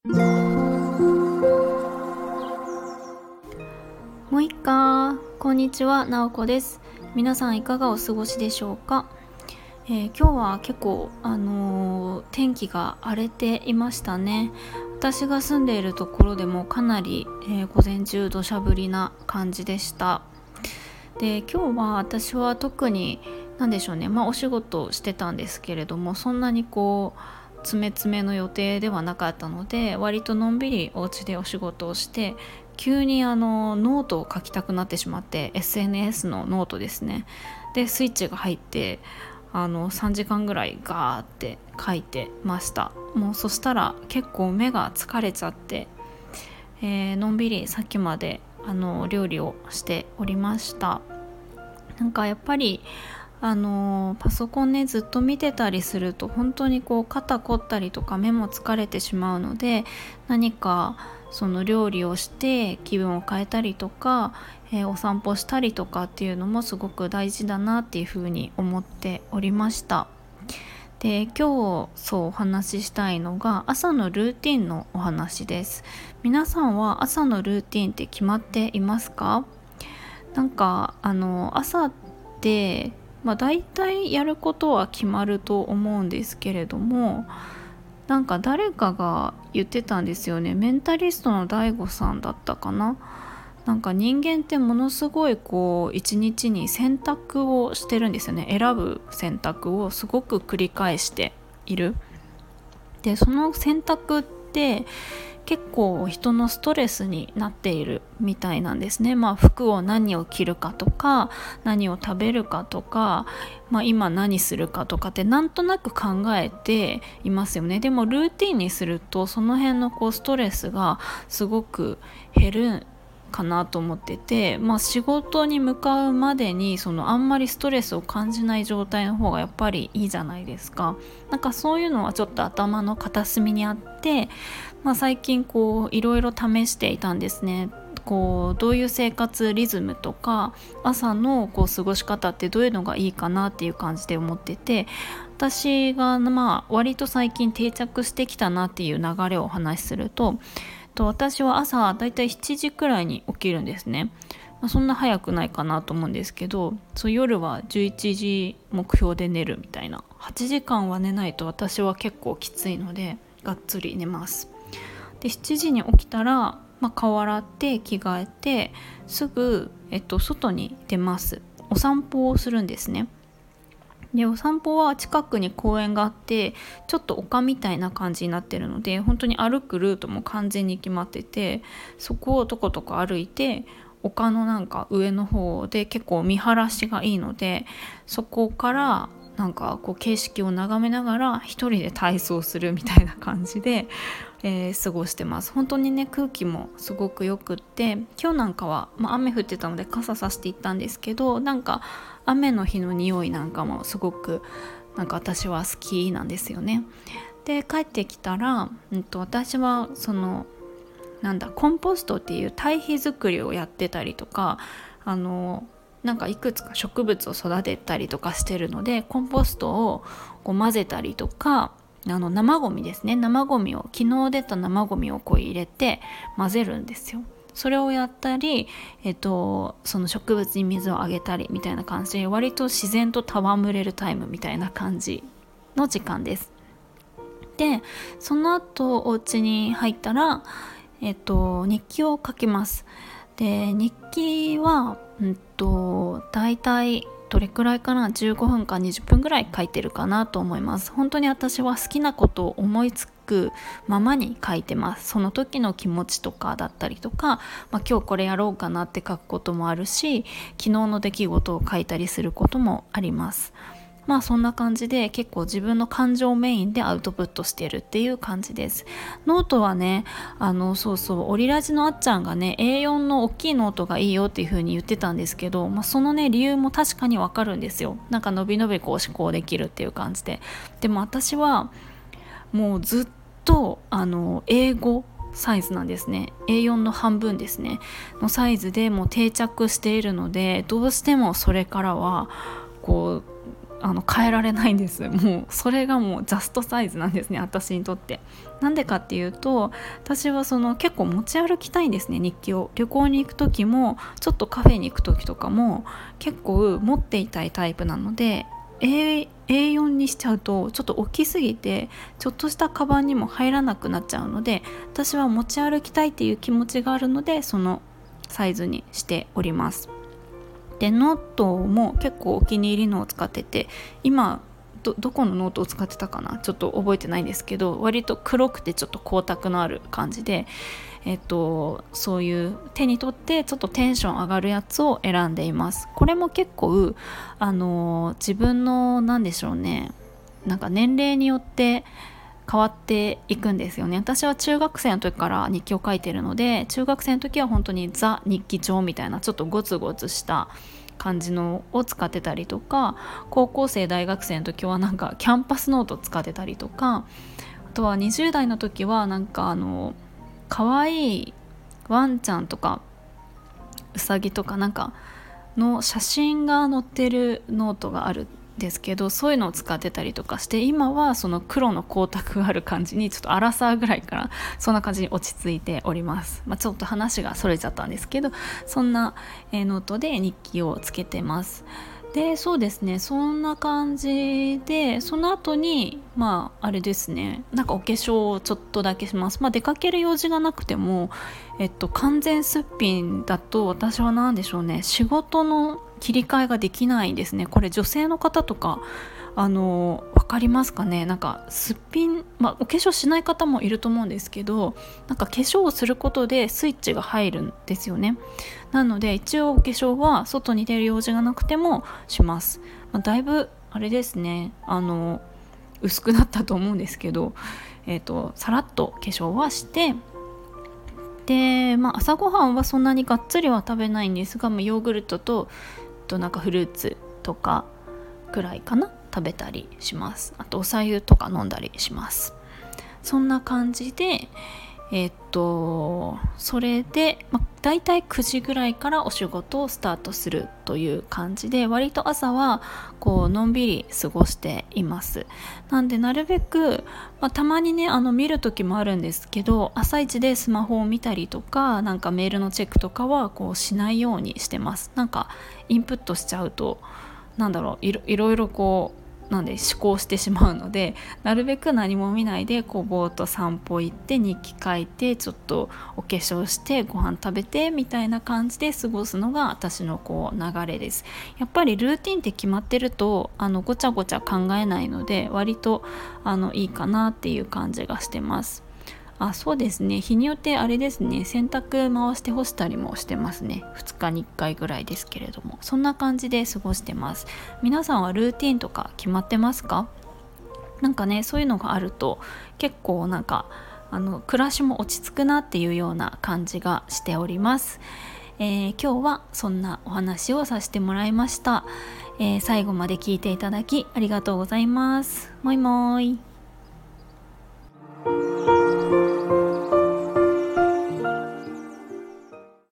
もういっか、こんにちは、なおこです。皆さんいかがお過ごしでしょうか。今日は結構天気が荒れていましたね。私が住んでいるところでもかなり、午前中土砂降りな感じでした。で、今日は私は特に何でしょうね、お仕事をしてたんですけれども、そんなに詰め詰めの予定ではなかったので、割とのんびりお家でお仕事をして、急にノートを書きたくなってしまって、 SNS のノートですね。でスイッチが入って、3時間ぐらいガーって書いてました。もうそしたら結構目が疲れちゃって、のんびりさっきまで料理をしておりました。なんかやっぱりパソコンねずっと見てたりすると本当に肩凝ったりとか目も疲れてしまうので、何かその料理をして気分を変えたりとか、お散歩したりとかっていうのもすごく大事だなっていうふうに思っておりました。で、今日お話ししたいのが朝のルーティンのお話です。皆さんは朝のルーティンって決まっていますか？なんか朝って大体やることは決まると思うんですけれども、なんか誰かが言ってたんですよね。メンタリストのDAIGOさんだったかな。なんか人間ってものすごい一日に選択をしてるんですよね。選ぶ選択をすごく繰り返している。でその選択って結構人のストレスになっているみたいなんですね。服を何を着るかとか、何を食べるかとか、今何するかとかってなんとなく考えていますよね。でもルーティンにするとその辺のストレスがすごく減るかなと思ってて、仕事に向かうまでにあんまりストレスを感じない状態の方がやっぱりいいじゃないですか。なんかそういうのはちょっと頭の片隅にあって、最近いろいろ試していたんですね。どういう生活リズムとか朝の過ごし方ってどういうのがいいかなっていう感じで思ってて、私が割と最近定着してきたなっていう流れをお話しすると、私は朝だいたい7時くらいに起きるんですね。そんな早くないかなと思うんですけど、夜は11時目標で寝るみたいな。8時間は寝ないと私は結構きついのでがっつり寝ます。で7時に起きたら、顔洗って着替えてすぐ、外に出ます。お散歩をするんですね。でお散歩は近くに公園があって、ちょっと丘みたいな感じになってるので、本当に歩くルートも完全に決まってて、そこをとことこ歩いて、丘のなんか上の方で結構見晴らしがいいので、そこからなんか景色を眺めながら一人で体操するみたいな感じで、過ごしてます。本当にね、空気もすごくよくって、今日なんかは、雨降ってたので傘さして行ったんですけど、なんか雨の日の匂いなんかもすごくなんか私は好きなんですよね。で帰ってきたら、私はコンポストっていう堆肥作りをやってたりとか、なんかいくつか植物を育てたりとかしてるので、コンポストを混ぜたりとか、生ゴミですね、生ゴミを昨日出た生ゴミを入れて混ぜるんですよ。それをやったり、その植物に水をあげたりみたいな感じで、割と自然と戯れるタイムみたいな感じの時間です。でその後お家に入ったら、日記を書きます。で日記は、だいたいどれくらいかな、15分か20分ぐらい書いてるかなと思います。本当に私は好きなことを思いつくままに書いてます。その時の気持ちとかだったりとか、今日これやろうかなって書くこともあるし、昨日の出来事を書いたりすることもあります。そんな感じで結構自分の感情メインでアウトプットしてるっていう感じです。ノートはね、オリラジのあっちゃんがね A4 の大きいノートがいいよっていう風に言ってたんですけど、そのね理由も確かにわかるんですよ。なんかのびのび思考できるっていう感じで。でも私はもうずっと英語サイズなんですね。 A4 の半分ですねのサイズでもう定着しているので、どうしてもそれからは変えられないんです。もうそれがもうジャストサイズなんですね、私にとって。なんでかっていうと、私は結構持ち歩きたいんですね、日記を。旅行に行く時もちょっとカフェに行く時とかも結構持っていたいタイプなので、A4 にしちゃうとちょっと大きすぎてちょっとしたカバンにも入らなくなっちゃうので、私は持ち歩きたいっていう気持ちがあるので、そのサイズにしております。でノートも結構お気に入りのを使ってて、今どこのノートを使ってたかなちょっと覚えてないんですけど、割と黒くてちょっと光沢のある感じで、そういう手に取ってちょっとテンション上がるやつを選んでいます。これも結構自分のなんでしょうね、なんか年齢によって変わっていくんですよね。私は中学生の時から日記を書いてるので、中学生の時は本当にザ日記帳みたいなちょっとゴツゴツした感じのを使ってたりとか、高校生大学生の時はなんかキャンパスノート使ってたりとか、あとは20代の時はなんか可愛いワンちゃんとかウサギとかなんかの写真が載ってるノートがあるんですけど、そういうのを使ってたりとかして、今はその黒の光沢がある感じにちょっとアラサーぐらいからそんな感じに落ち着いております。ちょっと話がそれちゃったんですけど、そんなノートで日記をつけてます。でそうですね、そんな感じで、その後にあれですね、なんかお化粧をちょっとだけします。出かける用事がなくても、完全すっぴんだと私は何でしょうね、仕事の切り替えができないんですね。これ女性の方とか分かりますかね。なんかすっぴん、お化粧しない方もいると思うんですけど、なんか化粧をすることでスイッチが入るんですよね。なので一応お化粧は外に出る用事がなくてもします。だいぶあれですね、薄くなったと思うんですけど、さらっと化粧はして、で、朝ごはんはそんなにがっつりは食べないんですが、ヨーグルトとなんかフルーツとかくらいかな、食べたりします。あとお白湯とか飲んだりします。そんな感じでそれで、だいたい9時ぐらいからお仕事をスタートするという感じで、割と朝はこうのんびり過ごしています。なんでなるべく、たまにね見る時もあるんですけど、朝一でスマホを見たりとか、なんかメールのチェックとかはこうしないようにしてます。なんかインプットしちゃうといろいろこうなんで思考してしまうので、なるべく何も見ないでぼーっと散歩行って日記書いて、ちょっとお化粧してご飯食べてみたいな感じで過ごすのが私の流れです。やっぱりルーティンって決まってるとごちゃごちゃ考えないので、割といいかなっていう感じがしてます。そうですね、日によってあれですね、洗濯回して干したりもしてますね。2日に1回ぐらいですけれども、そんな感じで過ごしてます。皆さんはルーティンとか決まってますか？なんかね、そういうのがあると結構なんか暮らしも落ち着くなっていうような感じがしております。今日はそんなお話をさせてもらいました。最後まで聞いていただきありがとうございます。もいもーい。